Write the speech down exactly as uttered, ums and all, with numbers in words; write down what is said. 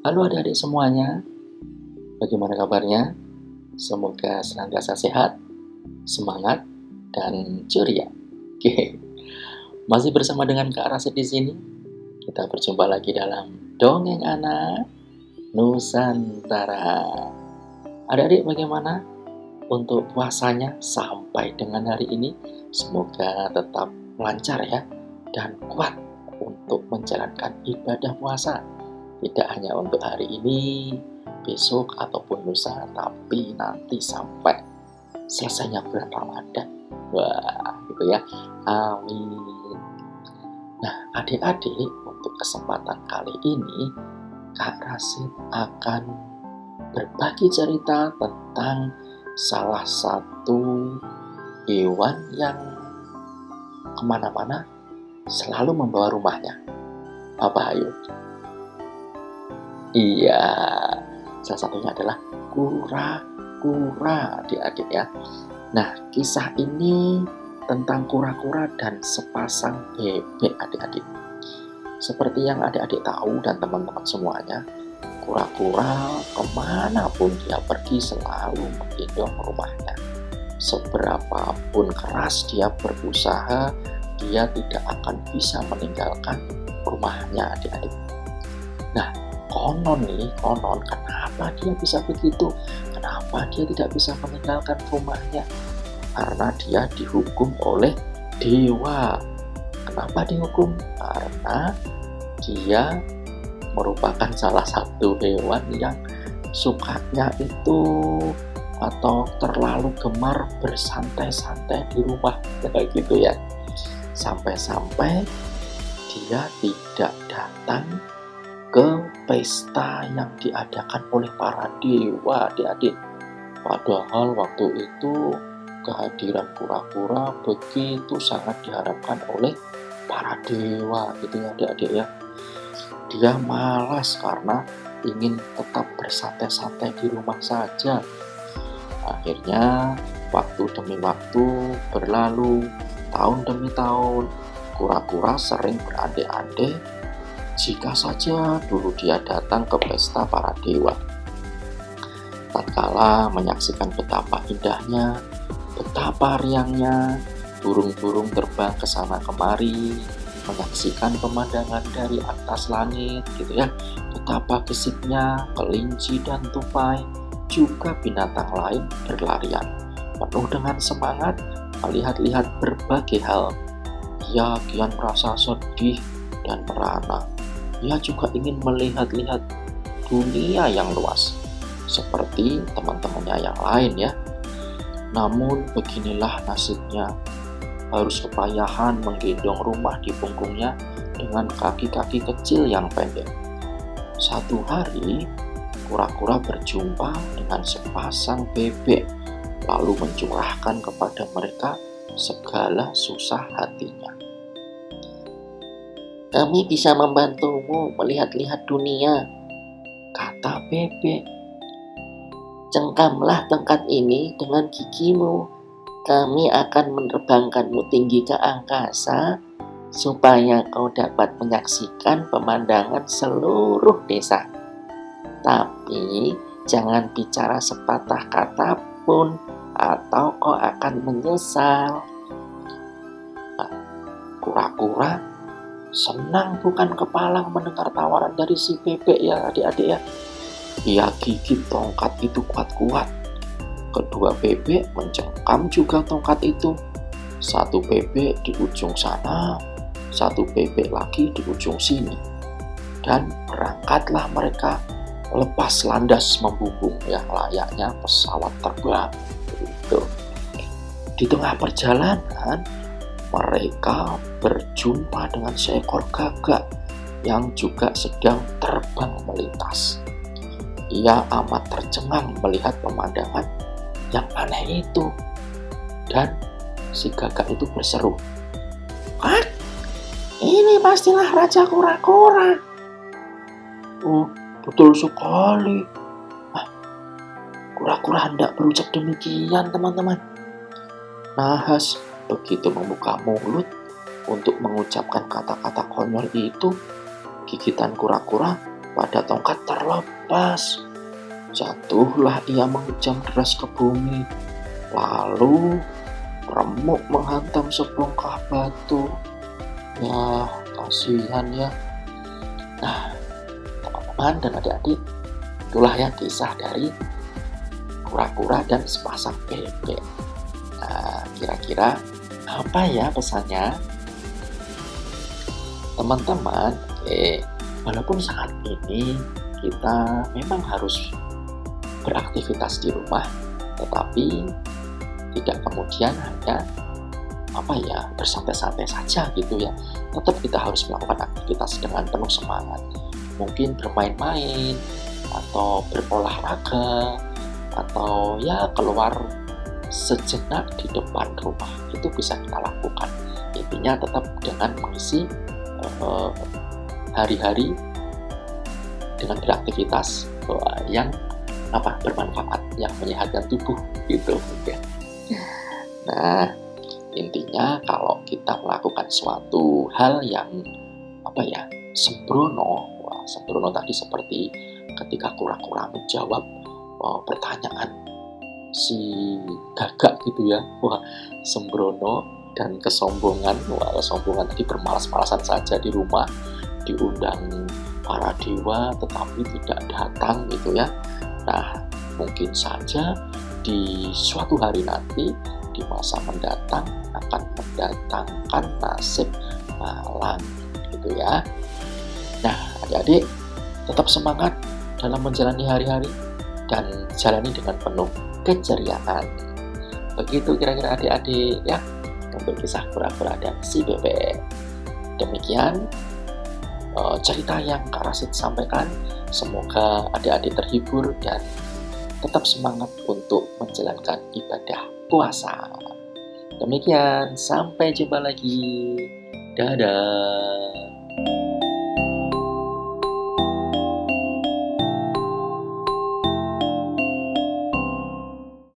Halo adik-adik semuanya, bagaimana kabarnya? Semoga senantiasa sehat, semangat, dan ceria. Oke, masih bersama dengan Kak Rasid di sini. Kita berjumpa lagi dalam Dongeng Anak Nusantara. Adik-adik bagaimana untuk puasanya sampai dengan hari ini? Semoga tetap lancar ya, dan kuat untuk menjalankan ibadah puasa. Tidak hanya untuk hari ini, besok, ataupun lusa, tapi nanti sampai selesainya bulan Ramadan. Wah, gitu ya. Amin. Nah, adik-adik, untuk kesempatan kali ini, Kak Rasid akan berbagi cerita tentang salah satu hewan yang kemana-mana selalu membawa rumahnya. Apa ayo? Iya, salah satunya adalah kura-kura, adik-adik ya. Nah, kisah ini tentang kura-kura dan sepasang bebek, adik-adik. Seperti yang adik-adik tahu dan teman-teman semuanya, kura-kura kemanapun dia pergi selalu menggendong rumahnya. Seberapapun keras dia berusaha, dia tidak akan bisa meninggalkan rumahnya, adik-adik. Nah, konon nih, konon kenapa dia bisa begitu? Kenapa dia tidak bisa meninggalkan rumahnya? Karena dia dihukum oleh dewa. Kenapa dihukum? Karena dia merupakan salah satu hewan yang sukanya itu atau terlalu gemar bersantai-santai di rumah, kayak gitu ya. Sampai-sampai dia tidak datang ke pesta yang diadakan oleh para dewa, adik-adik. Padahal waktu itu kehadiran kura-kura begitu sangat diharapkan oleh para dewa, gitu ya adik-adik ya. Dia malas karena ingin tetap bersantai-santai di rumah saja. Akhirnya waktu demi waktu berlalu, tahun demi tahun, kura-kura sering berandai-andai jika saja dulu dia datang ke pesta para dewa. Tatkala menyaksikan betapa indahnya, betapa riangnya, burung-burung terbang ke sana kemari, menyaksikan pemandangan dari atas langit, gitu ya. Betapa gesiknya kelinci dan tupai, juga binatang lain berlarian, penuh dengan semangat melihat-lihat berbagai hal. Ia kian merasa sedih dan merana. Ia juga ingin melihat-lihat dunia yang luas, seperti teman-temannya yang lain ya. Namun beginilah nasibnya, harus kepayahan menggendong rumah di punggungnya dengan kaki-kaki kecil yang pendek. Satu hari, kura-kura berjumpa dengan sepasang bebek, lalu mencurahkan kepada mereka segala susah hatinya. "Kami bisa membantumu melihat-lihat dunia," kata bebek. "Cengkamlah tongkat ini dengan gigimu. Kami akan menerbangkanmu tinggi ke angkasa supaya kau dapat menyaksikan pemandangan seluruh desa. Tapi jangan bicara sepatah kata pun atau kau akan menyesal." Nah, kura-kura senang bukan kepalang mendengar tawaran dari si bebek ya adik-adik ya. Ia gigit tongkat itu kuat-kuat. Kedua bebek mencengkam juga tongkat itu. Satu bebek di ujung sana, satu bebek lagi di ujung sini. Dan berangkatlah mereka lepas landas membumbung ya, layaknya pesawat terbang gitu. Di tengah perjalanan mereka berjumpa dengan seekor gagak yang juga sedang terbang melintas. Ia amat tercengang melihat pemandangan yang aneh itu. Dan si gagak itu berseru, "Wah, ini pastilah Raja Kura-kura." "Oh, betul sekali." Nah, kura-kura hendak berucap demikian, teman-teman. Nahas begitu membuka mulut untuk mengucapkan kata-kata konyol itu, gigitan kura-kura pada tongkat terlepas. Jatuhlah ia menghujam deras ke bumi. Lalu remuk menghantam sebongkah batu. Ya, kasihan ya. Nah, teman-teman dan adik-adik, itulah ya kisah dari kura-kura dan sepasang bebek. Nah, kira-kira apa ya pesannya? Teman-teman, eh, walaupun saat ini kita memang harus beraktivitas di rumah, tetapi tidak kemudian hanya apa ya bersantai-santai saja gitu ya. Tetap kita harus melakukan aktivitas dengan penuh semangat. Mungkin bermain-main atau berolahraga atau ya keluar sejenak di depan rumah, itu bisa kita lakukan. Intinya tetap dengan mengisi uh, hari-hari dengan beraktivitas uh, yang apa bermanfaat, yang menyehatkan tubuh gitu ya. Nah, intinya kalau kita melakukan suatu hal yang apa ya sembrono, wah, sembrono tadi seperti ketika kura-kura menjawab oh, pertanyaan si gagak gitu ya, wah sembrono dan kesombongan, wah kesombongan tadi bermalas-malasan saja di rumah, diundang para dewa tetapi tidak datang gitu ya. Nah, mungkin saja di suatu hari nanti di masa mendatang akan mendatangkan nasib malang gitu ya. Nah, adik-adik tetap semangat dalam menjalani hari-hari dan jalani dengan penuh keceriaan. Begitu kira-kira adik-adik ya untuk kisah kura-kura dan si bebek. Demikian uh, cerita yang Kak Rasid sampaikan. Semoga adik-adik terhibur dan tetap semangat untuk menjalankan ibadah puasa. Demikian, sampai jumpa lagi. Dadah.